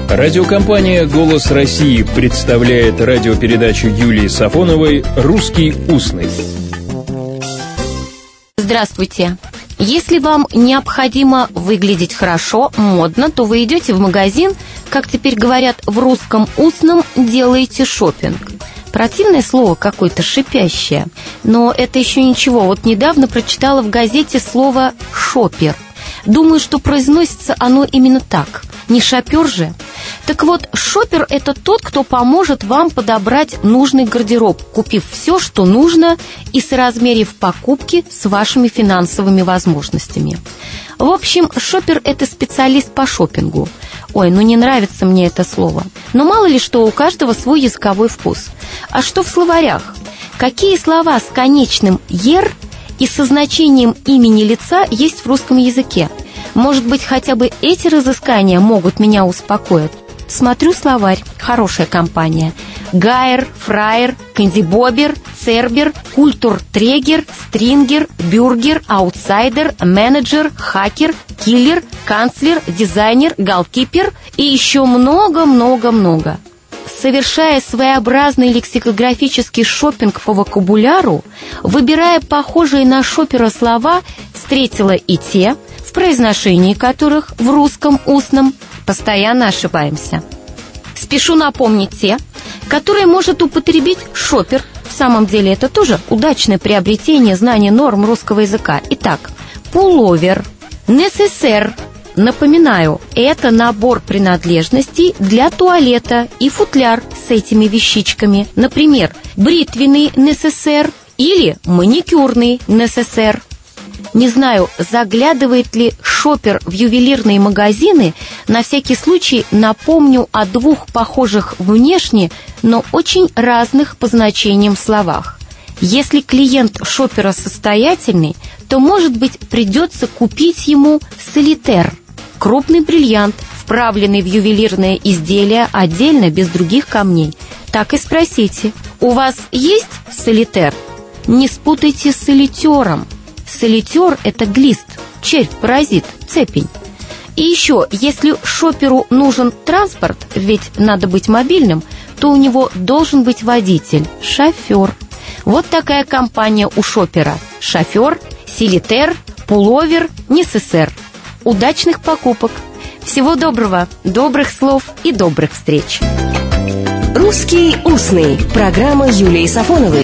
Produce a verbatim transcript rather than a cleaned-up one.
Радиокомпания «Голос России» представляет радиопередачу Юлии Сафоновой «Русский устный». Здравствуйте. Если вам необходимо выглядеть хорошо, модно, то вы идете в магазин, как теперь говорят в русском устном, делаете шопинг. Противное слово какое-то, шипящее. Но это еще ничего. Вот недавно прочитала в газете слово «шопер». Думаю, что произносится оно именно так. Не шопер же. Так вот, шопер – это тот, кто поможет вам подобрать нужный гардероб, купив все, что нужно, и соразмерив покупки с вашими финансовыми возможностями. В общем, шопер – это специалист по шопингу. Ой, ну не нравится мне это слово. Но мало ли что, у каждого свой языковой вкус. А что в словарях? Какие слова с конечным «ер» и со значением имени лица есть в русском языке? Может быть, хотя бы эти разыскания могут меня успокоить? Смотрю словарь. Хорошая компания. Гайер, фраер, кандибобер, цербер, культуртрегер, стрингер, бюргер, аутсайдер, менеджер, хакер, киллер, канцлер, дизайнер, голкипер и еще много-много-много. Совершая своеобразный лексикографический шопинг по вокабуляру, выбирая похожие на шопера слова, встретила и те, в произношении которых в русском устном постоянно ошибаемся. Спешу напомнить те, которые может употребить шопер. В самом деле это тоже удачное приобретение знания норм русского языка. Итак, пуловер, несесер. Напоминаю, это набор принадлежностей для туалета и футляр с этими вещичками. Например, бритвенный несесер или маникюрный несесер. Не знаю, заглядывает ли шопер в ювелирные магазины. На всякий случай напомню о двух похожих внешне, но очень разных по значениям словах. Если клиент шопера состоятельный, то, может быть, придется купить ему солитер. Крупный бриллиант, вправленный в ювелирное изделие отдельно, без других камней. Так и спросите: у вас есть солитер? Не спутайте с солитером. Солитер – это глист, червь, паразит, цепень. И еще, если шоперу нужен транспорт, ведь надо быть мобильным, то у него должен быть водитель, шофер. Вот такая компания у шопера: шофер, солитер, пуловер, несесер. Удачных покупок! Всего доброго, добрых слов и добрых встреч! «Русский устный» – программа Юлии Сафоновой.